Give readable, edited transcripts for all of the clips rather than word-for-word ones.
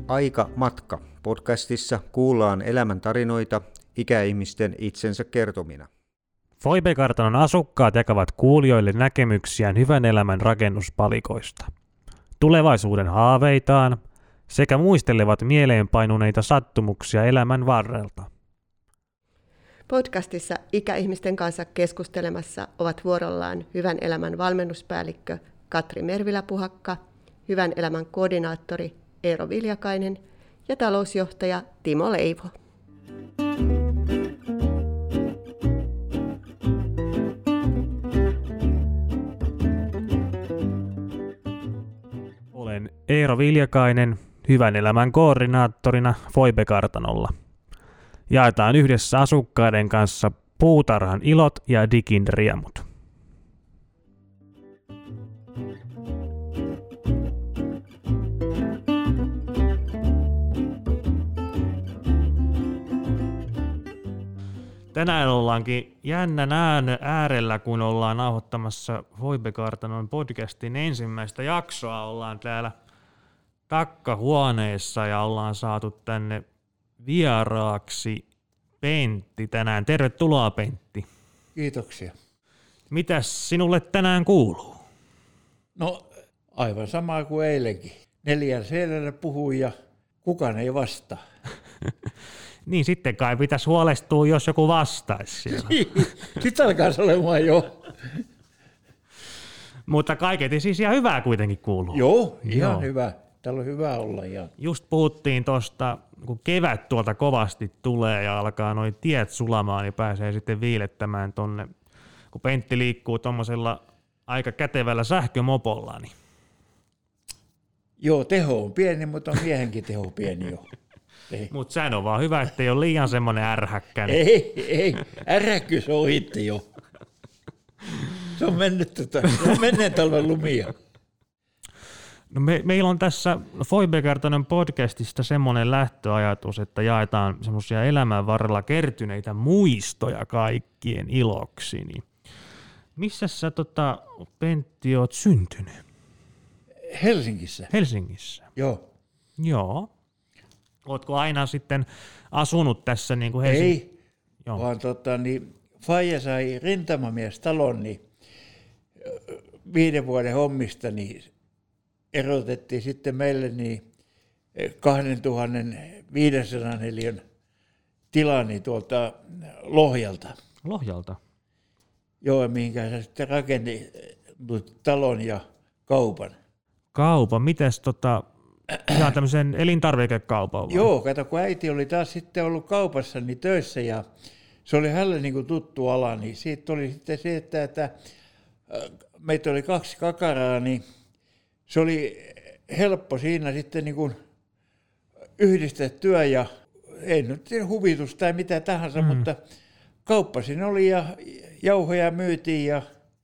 Aika matka. Podcastissa kuullaan elämän tarinoita ikäihmisten itsensä kertomina. Foibe-kartanon asukkaat jakavat kuulijoille näkemyksiään hyvän elämän rakennuspalikoista, tulevaisuuden haaveitaan sekä muistelevat mieleenpainuneita sattumuksia elämän varrelta. Podcastissa ikäihmisten kanssa keskustelemassa ovat vuorollaan hyvän elämän valmennuspäällikkö Katri Mervilä-Puhakka, hyvän elämän koordinaattori Eero Viljakainen ja talousjohtaja Timo Leivo. Olen Eero Viljakainen, hyvän elämän koordinaattorina Foibe-kartanolla. Jaetaan yhdessä asukkaiden kanssa puutarhan ilot ja digin riemut. Tänään ollaankin jännän äärellä, kun ollaan nauhoittamassa Foibe-kartanon podcastin ensimmäistä jaksoa. Ollaan täällä takkahuoneessa ja ollaan saatu tänne vieraaksi Pentti tänään. Tervetuloa, Pentti. Kiitoksia. Mitäs sinulle tänään kuuluu? No aivan samaa kuin eilenkin. 4 seinällä puhui ja kukaan ei vastaa. Niin sitten kai pitäisi huolestua, jos joku vastaisi siellä. Sitten alkaa olemaan jo. Mutta kaiketi siis ihan hyvää kuitenkin kuuluu. Joo, ihan hyvä. Täällä on hyvä olla. Just puhuttiin tuosta, kun kevät tuolta kovasti tulee ja alkaa noi tiet sulamaan ja pääsee sitten viilettämään tonne, kun Pentti liikkuu tuommoisella aika kätevällä sähkömopolla. Niin. Joo, teho on pieni, mutta on miehenkin teho pieni jo. Mutta sehän on vaan hyvä, ettei ole liian semmoinen ärhäkkä. Ei, ärhäkkyys on ohitti jo. Se on menneen talven lumia. No meillä on tässä Foibe-kartanon podcastista semmoinen lähtöajatus, että jaetaan semmoisia elämän varrella kertyneitä muistoja kaikkien iloksi. Niin missä sä Pentti oot syntynyt? Helsingissä. Helsingissä? Joo. Ootko aina sitten asunut tässä niin kuin Helsingissä? Ei, joo. Vaan faija sai rintamamiestalon, niin 5 vuoden hommista niin erotettiin sitten meille niin 2500 neliön tilani tuolta Lohjalta. Lohjalta? Joo, mihinkä se sitten rakenti talon ja kaupan. Kaupan? Mites ihan tämmöisen elintarvikekaupan vai? Joo, kato kun äiti oli taas sitten ollut kaupassa niin töissä ja se oli hänelle niin kuin tuttu ala, niin siitä oli sitten se, että meitä oli 2 kakaraa, niin se oli helppo siinä sitten niin kuin yhdistää työ ja ei nyt huvitus tai mitä tahansa, mutta kauppa siinä oli ja jauhoja myytiin ja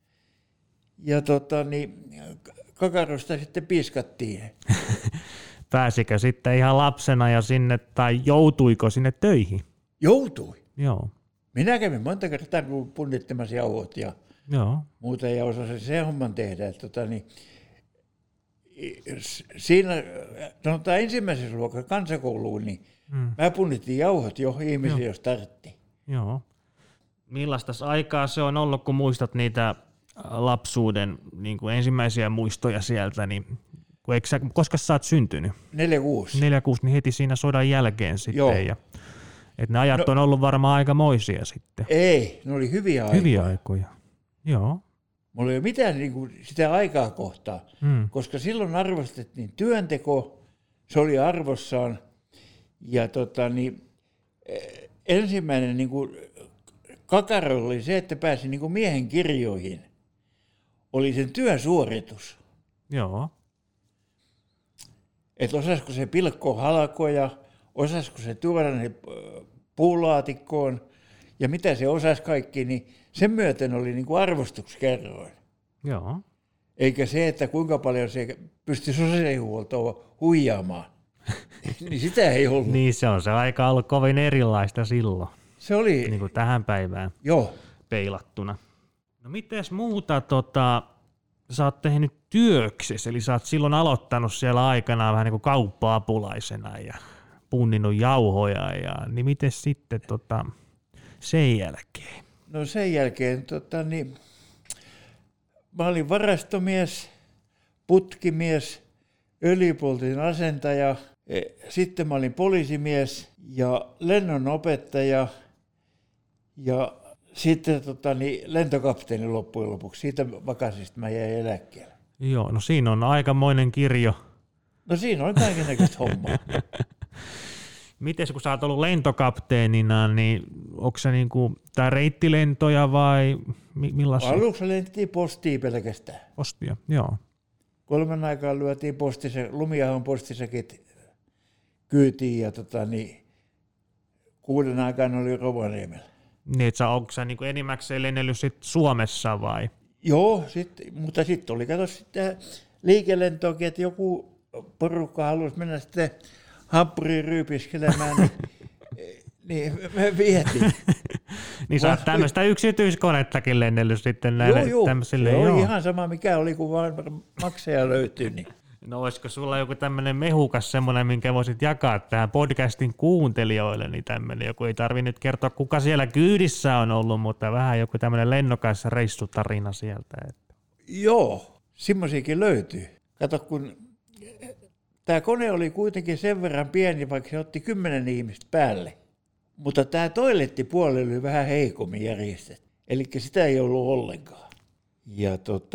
kakarosta sitten piiskattiin. Pääsikö sitten ihan lapsena ja sinne, tai joutuiko sinne töihin? Joutui. Joo. Minä kävin monta kertaa punnittamassa jauhot ja muuta ja osasin sen homman tehdä. Siinä sanotaan ensimmäisessä luokassa kansakouluun, niin mä punnittiin jauhot jo ihmisiä, jos tarvittiin. Joo. Millaista aikaa se on ollut, kun muistat niitä lapsuuden niin kuin ensimmäisiä muistoja sieltä, niin koska sä oot syntynyt? 46. 46, niin heti siinä sodan jälkeen sitten. Joo. Ne ajat on ollut varmaan aikamoisia sitten. Ei, ne oli hyviä aikoja. Hyviä aikoja, joo. Mulla ei ole mitään niin kuin sitä aikaa kohtaa, koska silloin arvostettiin työnteko, se oli arvossaan. Ja ensimmäinen niin kuin kakaro oli se, että pääsi niin kuin miehen kirjoihin. Oli sen työsuoritus. Joo. Että osaisiko se pilkkoa halkoja, osaisiko se tuoda ne puulaatikkoon ja mitä se osasi kaikki, niin sen myöten oli niin kuin arvostukskerroin. Joo. Eikä se, että kuinka paljon se pystyi sosiaalihuoltoa huijaamaan. Niin sitä ei ollut. Niin se on se aika ollut kovin erilaista silloin. Se oli. Niin kuin tähän päivään peilattuna. No mites muuta, sä oot tehnyt työksesi, eli sä oot silloin aloittanut siellä aikanaan vähän niin kuin kauppa-apulaisena ja punninut jauhoja, niin miten sitten sen jälkeen? No sen jälkeen mä olin varastomies, putkimies, öljypoltin asentaja, sitten mä olin poliisimies ja lennonopettaja ja sitten lentokapteeni loppujen lopuksi. Siitä vakasista mä jäin eläkkeelle. Joo, no siinä on aikamoinen kirjo. No siinä on kaikennäköistä hommaa. Miten kun sä oot ollut lentokapteenina, niin onko se niinku tää reittilentoja vai millaisia? Aluksi lennettiin postia pelkästään. Postia, joo. 3 aikaan lyötiin Lumiahon postisäkit kyytiin ja 6 aikaan oli Rovaniemellä. Niin, onko sä niinku enimmäkseen lennellyt sit Suomessa vai? Joo, mutta sitten oli kato sitten liikelentoakin, että joku porukka halusi mennä sitten hampuriin ryypiskelemään, niin me vietiin. Niin sä oot tämmöistä yksityiskonettakin lennellyt sitten näille tämmöisille. Joo, se on ihan sama mikä oli, kun vaan maksaja löytyi. Niin. No olisiko sulla joku tämmöinen mehukas semmoinen, minkä voisit jakaa tähän podcastin kuuntelijoille, niin tämmöinen joku ei tarvitse nyt kertoa, kuka siellä kyydissä on ollut, mutta vähän joku tämmöinen lennokas reissutarina sieltä. Että. Joo, semmoisiakin löytyy. Kato, kun tämä kone oli kuitenkin sen verran pieni, vaikka se otti 10 ihmistä päälle. Mutta tämä toilettipuoli oli vähän heikommin järjestetty. Eli sitä ei ollut ollenkaan. Ja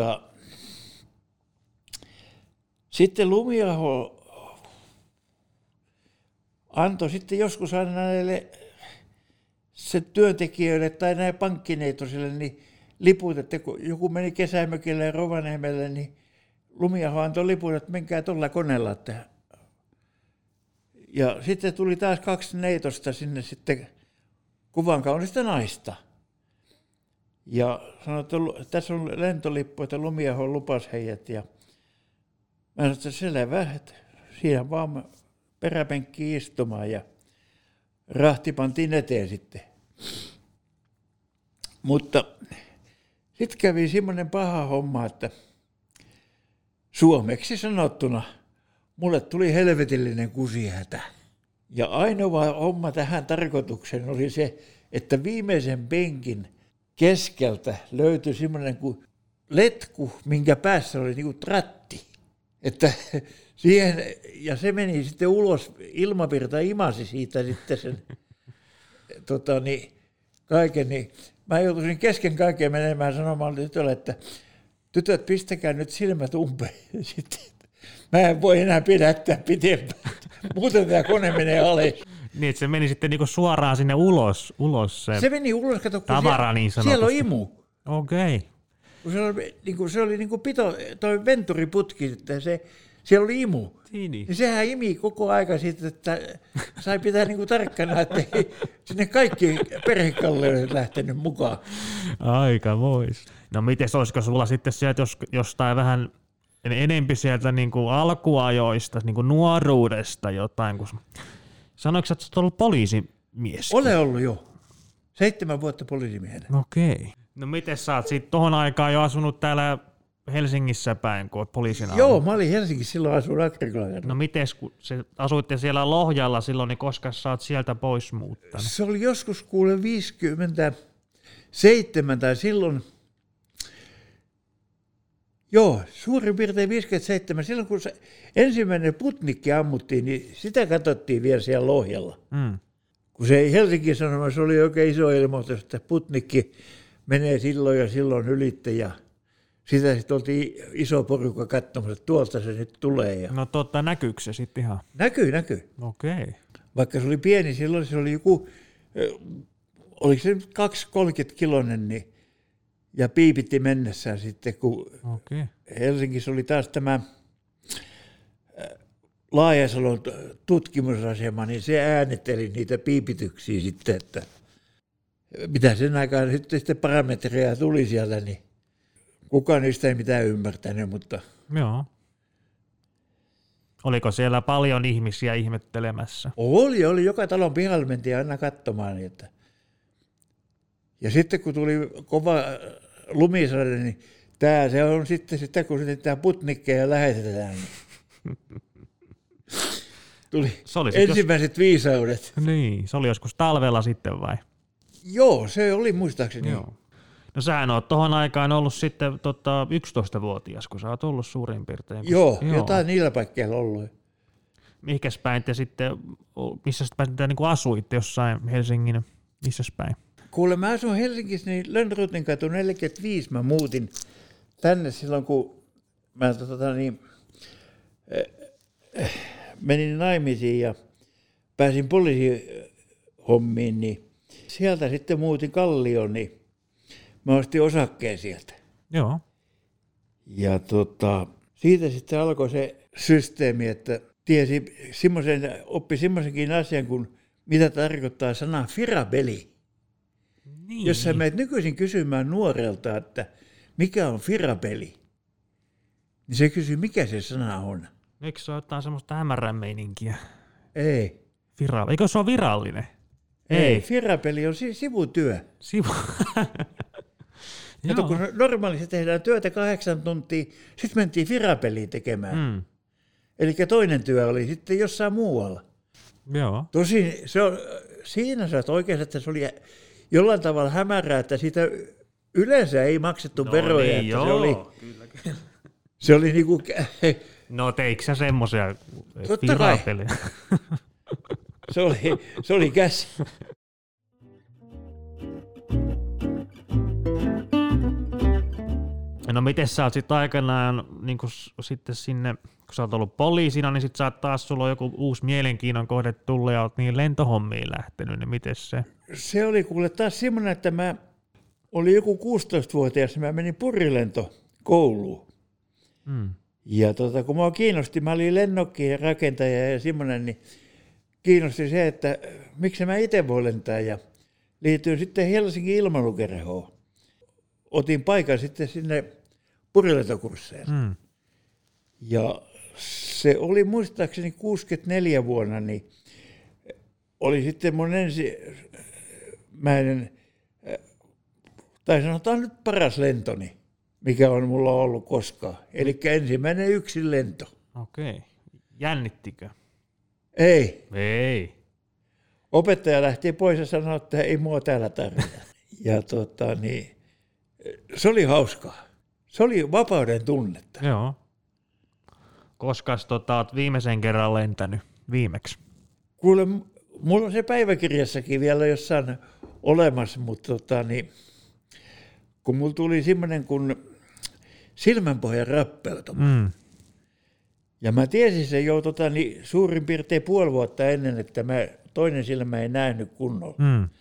sitten Lumiaho antoi sitten joskus aina näille sen työntekijöille tai näille pankkineitosille niin liput, että kun joku meni kesämökille ja Rovaniemelle, niin Lumiaho antoi liput, että menkää tuolla koneella. Ja sitten tuli taas 2 neitosta sinne sitten kuvan kaunista naista. Ja sanoi, että tässä on lentolippu, että Lumiaho lupasi heidät. Ja mä sanoin, että selvä, että siinä vaan peräpenkkiin istumaan ja rahti pantiin eteen sitten. Mutta sitten kävi semmoinen paha homma, että suomeksi sanottuna mulle tuli helvetillinen kusihätä. Ja ainoa homma tähän tarkoitukseen oli se, että viimeisen penkin keskeltä löytyi semmoinen kuin letku, minkä päässä oli niin kuin tratti. Että siihen, ja se meni sitten ulos, ilmavirta imasi siitä sitten sen kaiken. Niin mä joutuisin kesken kaiken menemään sanomaan tytölle, että tytöt, pistäkää nyt silmät umpeen. Sitten mä en voi enää pidättää pitempään. Muuten tämä kone menee alas. Niin, että se meni sitten niinku suoraan sinne ulos se meni ulos, kato, kun tavara niin sanotusti. Siellä on imu. Okei. Okay. Se oli niinku toi venturiputki, että siellä oli imu. Niin. Ja sehän imi koko aika siitä, että sai pitää niinku tarkkana, että sinne kaikki perhekalleudet lähtenyt mukaan. Aika vois. No mites, olisiko sulla sitten sieltä jostain vähän enempi sieltä niinku alkuajoista, niinku nuoruudesta jotain, kun sanoitko sä, että sä oot ollut poliisimies? Olen ollut jo. 7 vuotta poliisimiehenä. Okei. No miten sä oot sitten tohon aikaan jo asunut täällä Helsingissä päin, kun oot poliisina? Joo, mä olin Helsingissä silloin asunut Agrikolla. No mites, kun asuitte siellä Lohjalla silloin, niin koska sä oot sieltä pois muuttanut? Se oli joskus kuule 57 tai silloin. Joo, suurin piirtein 57. Silloin kun se ensimmäinen Putnikki ammuttiin, niin sitä katsottiin vielä siellä Lohjalla. Mm. Kun se Helsingin Sanomassa oli oikein iso ilmoitus, että Putnikki menee silloin ja silloin ylitte ja sitä sitten oltiin iso porukka katsomassa, että tuolta se nyt tulee. Ja no näkyykö se sitten ihan? Näkyy. Okei. Vaikka se oli pieni, silloin se oli joku, oliko se nyt 2-30 kiloinen, niin ja piipitti mennessään sitten, kun Helsingissä oli taas tämä Laajasalon tutkimusasema, niin se äänetteli niitä piipityksiä sitten, että mitä sen aikaan sitten parametreja tuli siellä, niin kukaan niistä ei mitään ymmärtänyt, mutta joo. Oliko siellä paljon ihmisiä ihmettelemässä? Oli. Joka talon pihalle mentiin aina katsomaan. Että. Ja sitten kun tuli kova lumisade, niin Tää se on sitten sitä, kun sitten putnikkeja lähetetään. Tuli ensimmäiset viisaudet. Niin, se oli joskus talvella sitten vai? Joo, se oli muistaakseni. Joo. No sähän oot tohon aikaan ollut sitten 11-vuotias, kun sä oot ollut suurin piirtein. Joo, jotain niillä paikkeilla ollut. Mihinkäs päin te sitten, missä päin te niin asuitte jossain Helsingin, missäs päin? Kuule, mä asun Helsingissä, niin Lönnrotin katu 45, mä muutin tänne silloin, kun mä menin naimisiin ja pääsin poliisihommiin, niin sieltä sitten muutin Kallioon, niin mä ostin osakkeen sieltä. Joo. Ja siitä sitten alkoi se systeemi, että oppi semmoisenkin asian kuin mitä tarkoittaa sana firabeli. Niin. Jos sä menet nykyisin kysymään nuorelta, että mikä on firabeli, niin se kysyy, mikä se sana on. Eikö se ole jotain semmoista hämärän meininkiä? Ei. Eikö se ole virallinen? Ei. Firabeli on sivutyö. Mutta kun normaalisti tehdään työtä 8 tuntia, sitten mentiin firabeliin tekemään. Eli toinen työ oli sitten jossain muualla. Joo. Tosin siinä sä oot oikeassa, että se oli jollain tavalla hämärää, että siitä yleensä ei maksettu veroja. Niin, että se oli niinku... No teikö sä semmoisia firabelejä? Se oli käsi. No miten sä oot sitten aikanaan niin sitten sinne, kun sä oot ollut poliisina, niin sit sä oot taas, sulla on joku uusi mielenkiinnon kohde tullut ja oot niin lentohommiin lähtenyt, niin miten se? Se oli kuule taas semmoinen, että mä olin joku 16-vuotias ja mä menin purilentokouluun. Ja kun mua kiinnosti, mä olin lennokkien rakentaja ja semmoinen, niin kiinnosti se, että miksi mä itse voi lentää ja liityin sitten Helsingin ilmailukerhoon. Otin paikan sitten sinne purilentokursseen. Ja se oli muistaakseni 64 vuonna, niin oli sitten mun ensimmäinen, tai sanotaan nyt paras lentoni, mikä on mulla ollut koskaan. Eli ensimmäinen yksin lento. Okei. Jännittikö? Ei. Opettaja lähti pois ja sanoi, että ei mua täällä tarvita. Ja se oli hauskaa. Se oli vapauden tunnetta. Joo. Koskas olet viimeisen kerran lentänyt viimeksi? Kuule, mulla on se päiväkirjassakin vielä jossain olemassa, mutta kun mulla tuli semmoinen kuin silmänpohjan rappeutuma. Ja mä tiesin sen jo suurin piirtein puoli vuotta ennen, että toinen silmä ei nähnyt kunnolla.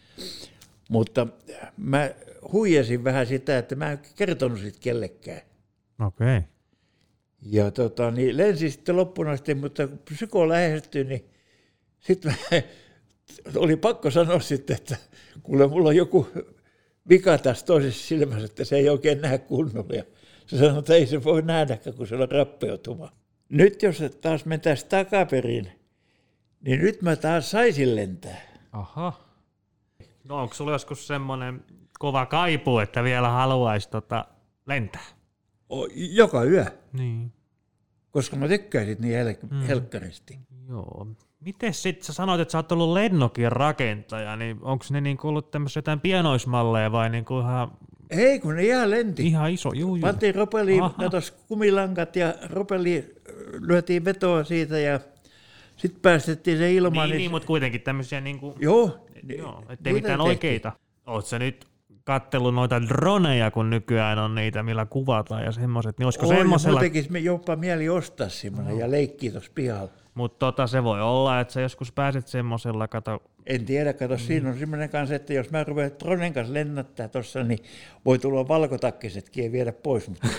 Mutta mä huijasin vähän sitä, että mä en kertonut siitä kellekään. Okei. Ja lensin sitten loppuun asti, mutta kun psyko lähestyi, niin sitten oli pakko sanoa sitten, että kuule mulla on joku vika tässä toisessa silmässä, että se ei oikein näe kunnolla. Ja se sanoi, että ei se voi nähdäkään, kun se on rappeutuma. Nyt jos taas mentäisiin takaperin, niin nyt mä taas saisin lentää. Aha. No onko sulla joskus semmoinen kova kaipuu, että vielä haluaisi lentää? Joka yö. Niin. Koska mä tykkäisin niin helkkaristi. Joo. Miten sitten sä sanoit, että sä oot ollut lennokin rakentaja, niin onko ne niinku ollut tämmöisiä jotain pienoismalleja vai niinku ihan... Ei, kun ne ihan lenti. Ihan iso, juu. Pantiin ropeliin, katos kumilankat ja ropeliin lyötiin vetoa siitä ja sitten päästettiin se ilmaan. Niin, mutta kuitenkin tämmöisiä niinku... Joo. Ettei mitään oikeita. Oot sä nyt kattellut noita droneja, kun nykyään on niitä, millä kuvataan ja semmoiset, niin olisiko semmoisella... Mun tekisi jopa mieli ostaa semmoinen ja leikkiä tuossa pihalla. Mutta se voi olla, että sä joskus pääset semmoisella, En tiedä, siinä on semmoinen kanssa, että jos mä rupean dronen kanssa lennättää tuossa, niin voi tulla valkotakkisetkin ja viedä pois. Mutta...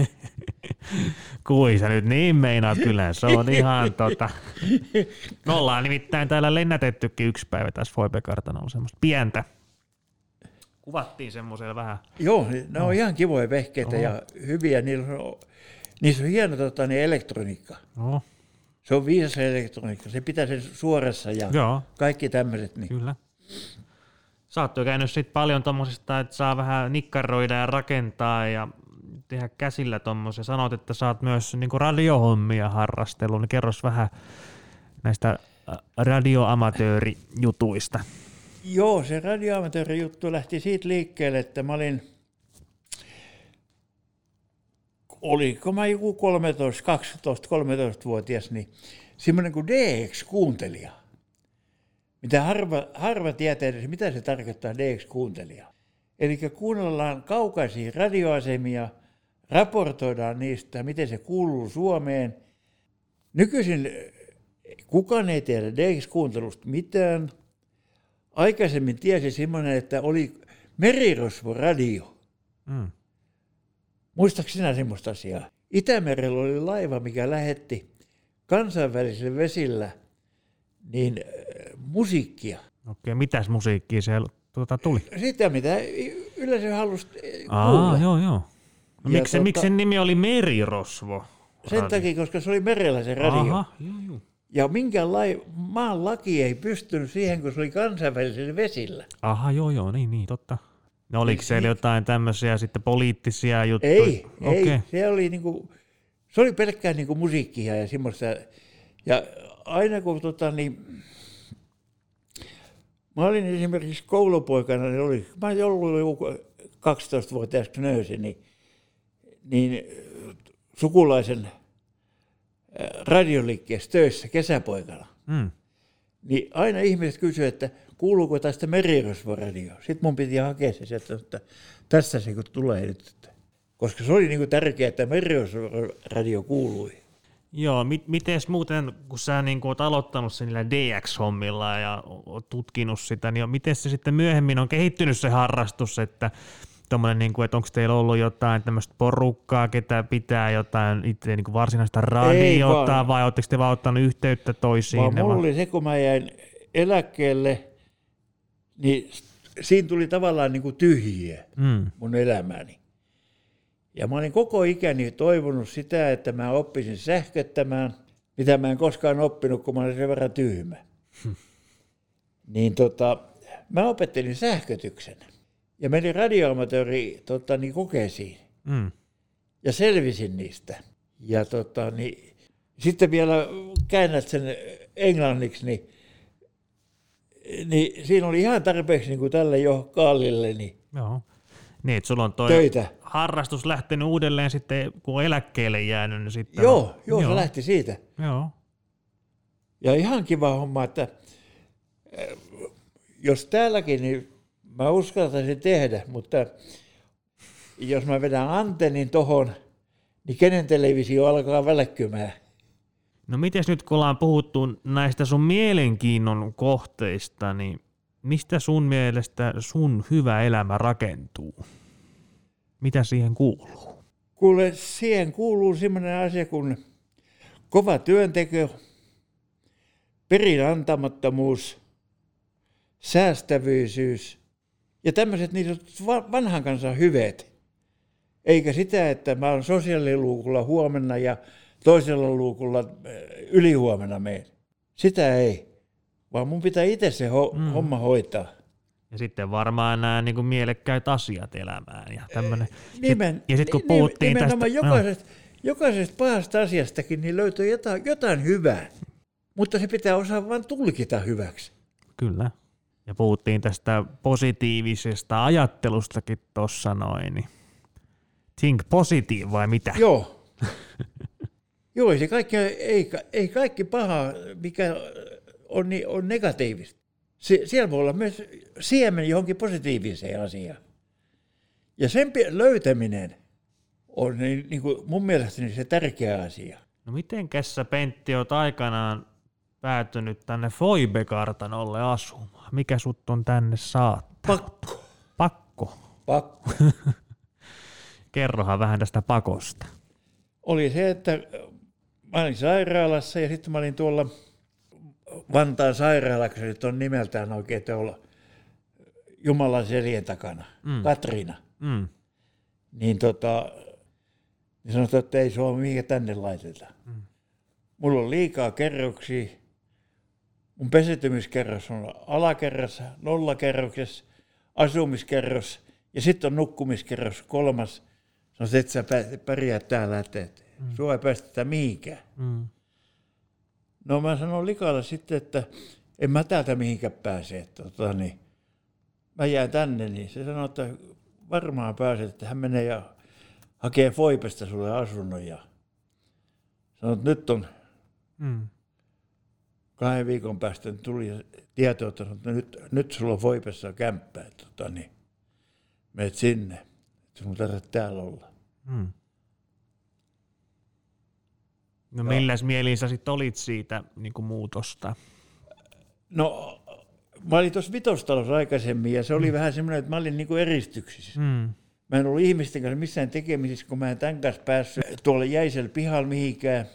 Kui sä nyt niin meinaat, kyllä se on ihan Me ollaan nimittäin täällä lennätettykin yksi päivä tässä Foibe-kartanolla semmoista pientä. Kuvattiin semmoisella vähän. Joo, ne on ihan kivoja vehkeitä ja hyviä. Niissä on hieno elektroniikka. No. Se on viisas elektroniikka. Se pitää sen suorassa ja kaikki tämmöiset. Niin. Kyllä. Sä oot jo käynyt sit paljon tommosista, että saa vähän nikkaroida ja rakentaa ja tehdä käsillä tommosen. Sanoit, että sä oot myös niinku radiohommia harrastellut, niin kerros vähän näistä radioamatöörijutuista. Joo, se radioamatöörijuttu lähti siitä liikkeelle, että mä oliko mä joku 12-13-vuotias, niin semmoinen kuin DX-kuuntelija. Mitä harva tietää edes, mitä se tarkoittaa DX-kuuntelija. Eli kuunnellaan kaukaisia radioasemia, raportoidaan niistä, miten se kuuluu Suomeen. Nykyisin kukaan ei tiedä DX-kuuntelusta mitään. Aikaisemmin tiesi semmoinen, että oli merirosvoradio. Muistatko sinä semmoista asiaa? Itämerellä oli laiva, mikä lähetti kansainvälisillä vesillä niin musiikkia. Okei, mitäs musiikkia siellä tuli? Sitä, mitä yleisö halusi kuulla. Joo. No, miksi sen nimi oli Merirosvo? Sen takia, koska se oli merellä se radio. Aha, joo. Ja minkään maan laki ei pystynyt siihen, kun se oli kansainvälisillä vesillä. Aha, joo, niin, totta. No oliko siellä jotain tämmöisiä sitten poliittisia juttuja? Ei, se oli pelkkää niinku musiikkia ja semmoista. Ja aina kun mä olin esimerkiksi koulupoikana, mä olin ollut joku 12-vuotias knöysi, niin sukulaisen radioliikkeessä töissä kesäpoikana. Niin aina ihmiset kysyivät, että kuuluuko tästä merirosvoradio. Sitten mun piti hakea se, että tässä se kun tulee nyt. Koska se oli niin kuin tärkeää, että merirosvoradio kuului. Joo, miten muuten, kun sä niin oot aloittanut sen niillä DX-hommilla ja oot tutkinut sitä, niin miten se sitten myöhemmin on kehittynyt se harrastus, että tommoinen, niin kuin, että onko teillä ollut jotain tämmöistä porukkaa, ketä pitää jotain itse niin kuin varsinaista radiota, vai oletteko te vaan ottanut yhteyttä toisiin? Vaan mulla oli se, kun mä jäin eläkkeelle, niin siinä tuli tavallaan niin kuin tyhjiä mun elämäni. Ja mä olin koko ikäni toivonut sitä, että mä oppisin sähköttämään, mitä mä en koskaan oppinut, kun mä olin sen verran tyhmä. Niin mä opettelin sähkötyksen. Ja menin radioamatööri kokeisiin. Ja selvisin niistä. Ja sitten vielä käännät sen englanniksi, niin siinä oli ihan tarpeeksi niin kuin tälle jo Kallille. Joo. Niin, että sulla on toi töitä. Harrastus lähtenyt uudelleen sitten, kun on eläkkeelle jäänyt. Niin sitten Joo, se lähti siitä. Joo. Ja ihan kiva homma, että jos täälläkin, niin mä uskaltaisin tehdä, mutta jos mä vedän antennin tohon, niin kenen televisio alkaa välkkymään? No mites nyt, kun ollaan puhuttu näistä sun mielenkiinnon kohteista, niin mistä sun mielestä sun hyvä elämä rakentuu? Mitä siihen kuuluu? Kuule, siihen kuuluu semmoinen asia kuin kova työnteko, perin-antamattomuus, säästävyysyys ja tämmöiset niin vanhan kansan hyveet. Eikä sitä, että mä oon sosiaaliluukulla huomenna ja toisella luukulla ylihuomenna meen. Sitä ei, vaan mun pitää itse se homma hoitaa. Ja sitten varmaan nämä niin kuin mielekkäät asiat elämään ja tämmöinen. Ja sitten kun puhuttiin tästä... Jokaisesta pahasta asiastakin niin löytyy jotain hyvää, mutta se pitää osaa vain tulkita hyväksi. Kyllä. Ja puhuttiin tästä positiivisesta ajattelustakin tuossa noin. Niin think positive vai mitä? Joo. Joo, se kaikki, ei kaikki paha, mikä on negatiivista. Siellä voi olla myös siemen johonkin positiiviseen asiaan. Ja sen löytäminen on niin kuin mun mielestäni se tärkeä asia. No mitenkäs sä, Pentti, oot aikanaan päätynyt tänne Foibe-kartanolle asumaan? Mikä sut on tänne saattanut? Pakko. Kerrohan vähän tästä pakosta. Oli se, että mä olin sairaalassa ja sitten mä olin tuolla Vantaan sairaala, kun se nyt on nimeltään oikein tuolla Jumalan selien takana, Katriina. Niin niin sanottiin, että ei sua mihinkä tänne laiteta. Mulla on liikaa kerroksia. Mun pesetymiskerros on alakerrassa, 0 kerroksessa, asumiskerros ja sitten on nukkumiskerros 3. Sanoin, että sä pärjää täällä, että sua ei päästetä mihinkään. No mä sanoin Likalle sitten, että en mä täältä mihinkään pääse, että niin, mä jään tänne, niin se sanoi, että varmaan pääset, että hän menee ja hakee Foipesta sulle asunnon ja sanoi, että nyt on 2 viikon päästä tuli tieto, että nyt sulla on Foipessa kämppää, että niin, menet sinne, että sun tarvitse täällä olla. No milläs mielin sä sitten olit siitä niin kuin muutosta? No mä olin tuossa Vitostalossa aikaisemmin ja se oli vähän semmoinen, että mä olin niin kuin eristyksissä. Mä en ollut ihmisten kanssa missään tekemisissä, kun mä en tämän kanssa päässyt tuolle jäiselle pihalle mihinkään.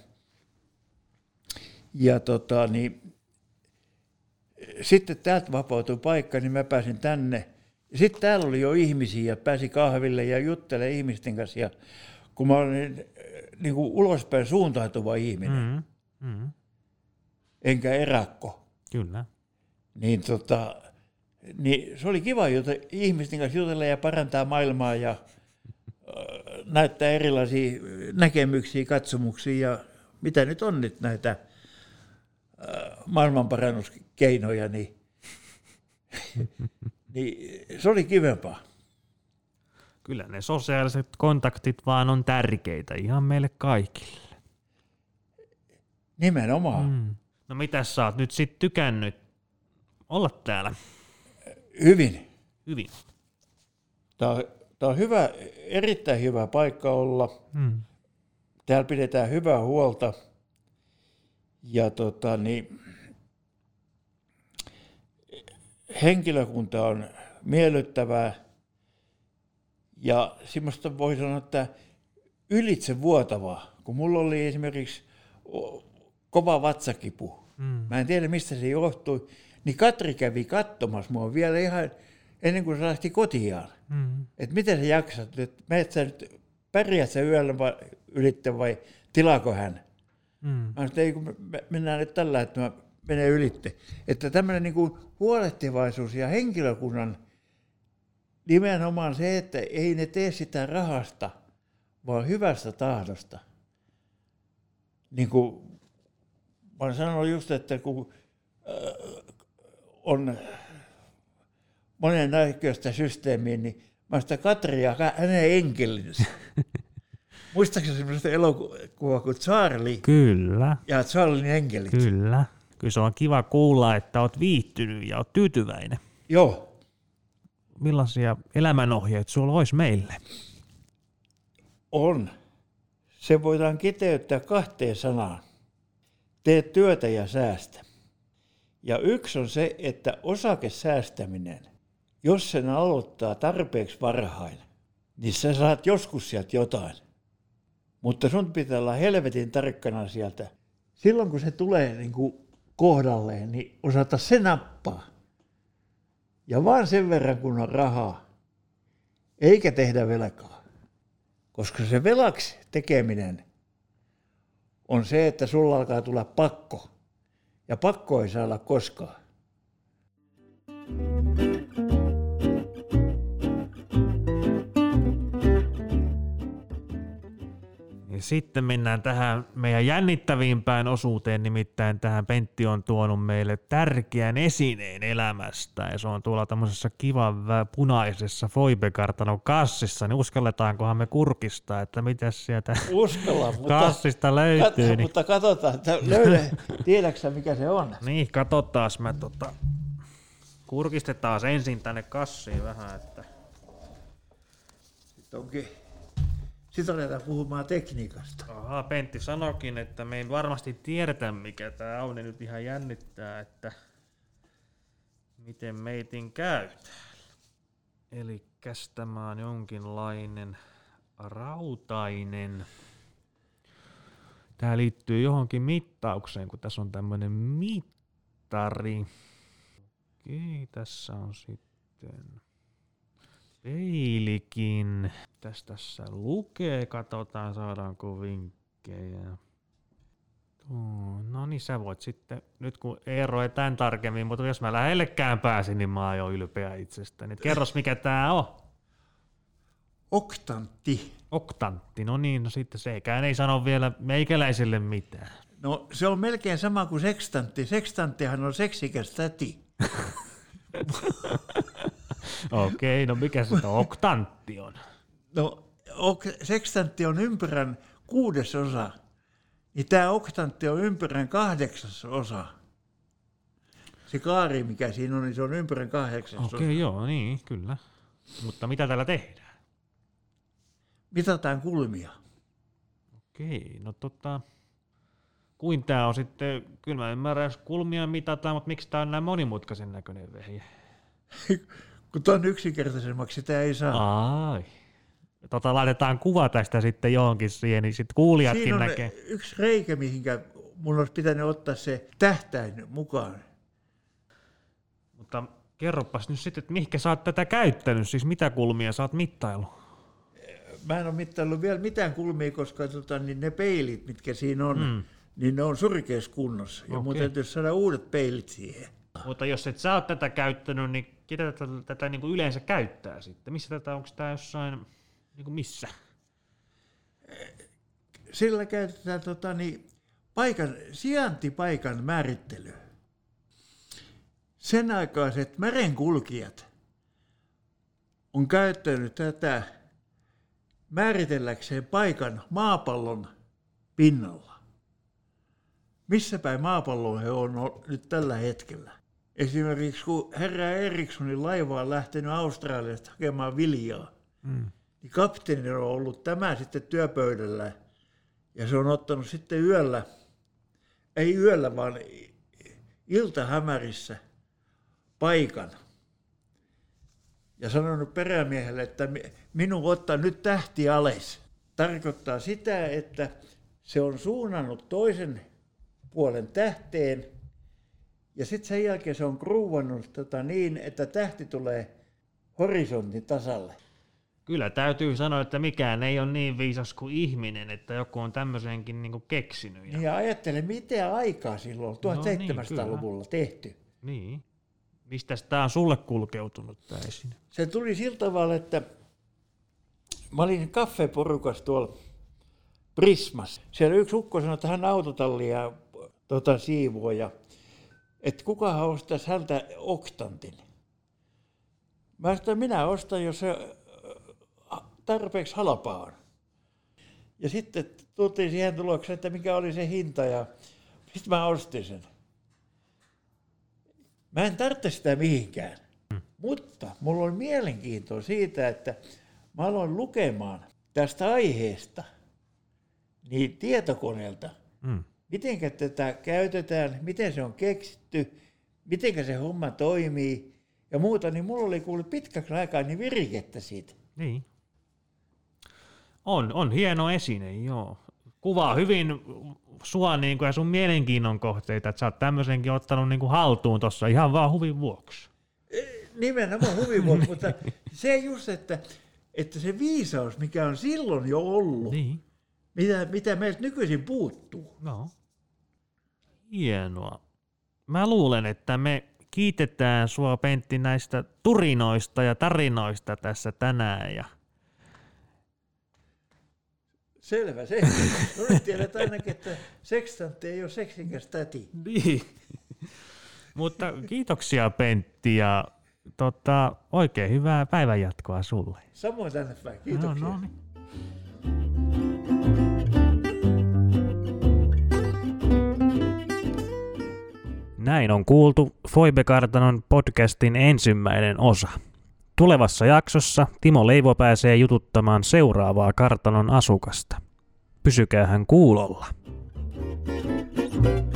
Ja niin, sitten täältä vapautui paikka, niin mä pääsin tänne. Sitten täällä oli jo ihmisiä ja pääsi kahville ja juttelemaan ihmisten kanssa. Ja kun mä olin niin kuin ulospäin suuntautuva ihminen, enkä erakko. Kyllä. Niin, niin se oli kiva ihmisten kanssa jutella ja parantaa maailmaa ja näyttää erilaisia näkemyksiä, katsomuksia ja mitä nyt on nyt näitä maailmanparannuskeinoja, niin, niin se oli kivempaa. Kyllä ne sosiaaliset kontaktit vaan on tärkeitä ihan meille kaikille. Nimenomaan. No mitäs sä oot nyt sit tykännyt olla täällä? Hyvin. Tämä on hyvä, erittäin hyvä paikka olla. Täällä pidetään hyvää huolta. Ja niin, henkilökunta on miellyttävää. Ja semmoista voi sanoa, että ylitsevuotavaa. Kun mulla oli esimerkiksi kova vatsakipu, mä en tiedä mistä se johtui, niin Katri kävi katsomassa mua vielä ihan ennen kuin se lähti kotiaan. Että miten sä jaksat, että pärjäät sä yöllä ylitte vai tilaako hän? Mä sanoin, että ei kun mennään nyt tällä, että mä menen ylitte. Että tämmöinen niin kuin huolehtivaisuus ja henkilökunnan nimenomaan se, että ei ne tee sitä rahasta, vaan hyvästä tahdosta. Niin kuin mä olen sanonut just, että kun on monen näköistä systeemiä, niin mä sitä Katria hänen enkelinsä. Muistaakseni semmoista elokuvaa kuin Charlie? Kyllä. Ja Charlien enkelit. Kyllä. Kyllä se on kiva kuulla, että oot viihtynyt ja oot tyytyväinen. Joo. Millaisia elämänohjeita sulla olisi meille? On. Se voidaan kiteyttää 2 sanaan. Tee työtä ja säästä. Ja yksi on se, että osakesäästäminen, jos sen aloittaa tarpeeksi varhain, niin sä saat joskus sieltä jotain. Mutta sun pitää olla helvetin tarkkana sieltä. Silloin kun se tulee niin kuin kohdalleen, niin osata se nappaa. Ja vaan sen verran kun on rahaa, eikä tehdä velkaa. Koska se velaksi tekeminen on se, että sulla alkaa tulla pakko. Ja pakko ei saa olla koskaan. Ja sitten mennään tähän meidän jännittävimpään osuuteen, nimittäin tähän Pentti on tuonut meille tärkeän esineen elämästä, ja se on tuolla tämmöisessä kivan punaisessa Foibe-kartanon kassissa, niin uskalletaankohan me kurkistaa, että mitäs sieltä kassista löytyy. Mutta katsotaan, tiedätkö mikä se on? Niin, katsotaan, me kurkistetaan ensin tänne kassiin vähän, että... Sitten aletaan puhumaan tekniikasta. Aha, Pentti sanokin, että me ei varmasti tiedetä, mikä tämä on, ja nyt ihan jännittää, että miten meitin käy täällä. Elikkäs tämä on jonkinlainen rautainen. Tämä liittyy johonkin mittaukseen, kun tässä on tämmöinen mittari. Okei, tässä on sitten... peilikin. Tässä lukee, katsotaan saadaanko vinkkejä. No niin, sä voit sitten, nyt kun Eero ei tämän tarkemmin, mutta jos mä lähellekään pääsin, niin mä oon jo ylpeä itsestäni. Kerros mikä tää on? Oktantti. Oktantti, no niin, no sitten sekään ei sano vielä meikäläiselle mitään. No se on melkein sama kuin sekstantti. Sekstanttihan on seksikäs täti. Okei, no mikä se oktantti on? No sekstantti on ympyrän 6/6. Niin tämä oktantti on ympyrän 8/8. Se kaari, mikä siinä on, niin se on ympyrän 8/8. Okei, joo, niin, kyllä. Mutta mitä täällä tehdään? Mitataan kulmia. Okei, no kuin tää on sitten, kyllä mä ymmärrän, jos kulmia mitataan, mutta miksi tää on näin monimutkaisen näköinen vehje? Kun ton yksinkertaisemmaksi sitä ei saa. Ai. Laitetaan kuva tästä sitten johonkin siihen, niin sitten kuulijatkin Siinä on näkee. yksi reikä, mihinkä mun olisi pitänyt ottaa se tähtäin mukaan. Mutta kerropas nyt sitten, että mihinkä sä oot tätä käyttänyt, siis mitä kulmia sä oot mittaillut? Mä en ole mittaillut vielä mitään kulmia, koska niin ne peilit, mitkä siinä on, niin ne on surkeassa kunnossa. Ja mun täytyisi saada uudet peilit siihen. Mutta jos et sä oot tätä käyttänyt, niin ketä tätä niin kuin yleensä käyttää sitten? Missä tätä, onko tämä jossain, niin kuin missä? Sillä käytetään sijaintipaikan määrittelyä. Sen aikaiset merenkulkijat on käyttänyt tätä määritelläkseen paikan maapallon pinnalla. Missä päin maapalloa he on nyt tällä hetkellä? Esimerkiksi kun herra Erikssonin laiva on lähtenyt Australiasta hakemaan viljaa, niin kapteeni on ollut tämä sitten työpöydällä. Ja se on ottanut sitten ei yöllä, vaan iltahämärissä paikan. Ja sanonut perämiehelle, että minun ottaa nyt tähti alas. Tarkoittaa sitä, että se on suunnannut toisen puolen tähteen ja sitten sen jälkeen se on kruuvannut niin, että tähti tulee horisontin tasalle. Kyllä täytyy sanoa, että mikään ei ole niin viisas kuin ihminen, että joku on tämmöisenkin niin kuin keksinyt. Ja ajattele, mitä aikaa silloin 1700-luvulla tehty. Niin. Mistäs tää on sulle kulkeutunut tää esine? Se tuli sillä tavalla, että mä olin kaffeporukassa tuolla Prismassa. Siellä yksi ukko sanoi, että hän autotallia siivoo ja että kukahan ostaisi häntä oktantin. Mä sanoin, että minä ostan, jos se tarpeeksi halpaa on. Ja sitten tultiin siihen tulokseen, että mikä oli se hinta ja sitten mä ostin sen. Mä en tarvitse sitä mihinkään, mutta mulla on mielenkiintoa siitä, että mä aloin lukemaan tästä aiheesta niin tietokoneelta, miten tätä käytetään, miten se on keksitty, miten se homma toimii ja muuta, niin mulla oli kuullut pitkäksi aikaa niin virikettä siitä. Niin. On hieno esine, joo. Kuvaa hyvin sua niin kuin, ja sun mielenkiinnon kohteita, että sä oot tämmöisenkin ottanut niin kuin haltuun tuossa ihan vaan huvin vuoksi. Nimenomaan huvin vuoksi, mutta se just, että se viisaus, mikä on silloin jo ollut, niin. mitä meiltä nykyisin puuttuu. No, hienoa. Mä luulen, että me kiitetään sua, Pentti, näistä turinoista ja tarinoista tässä tänään. Ja Selvä se. No nyt tiedät ainakin, että sekstantti ei ole seksikäs täti. Niin. Mutta kiitoksia, Pentti, ja oikein hyvää päivänjatkoa sulle. Samoin tänne päin. Kiitoksia. No niin. Näin on kuultu Foibe-kartanon podcastin ensimmäinen osa. Tulevassa jaksossa Timo Leivo pääsee jututtamaan seuraavaa kartanon asukasta. Pysykäähän kuulolla.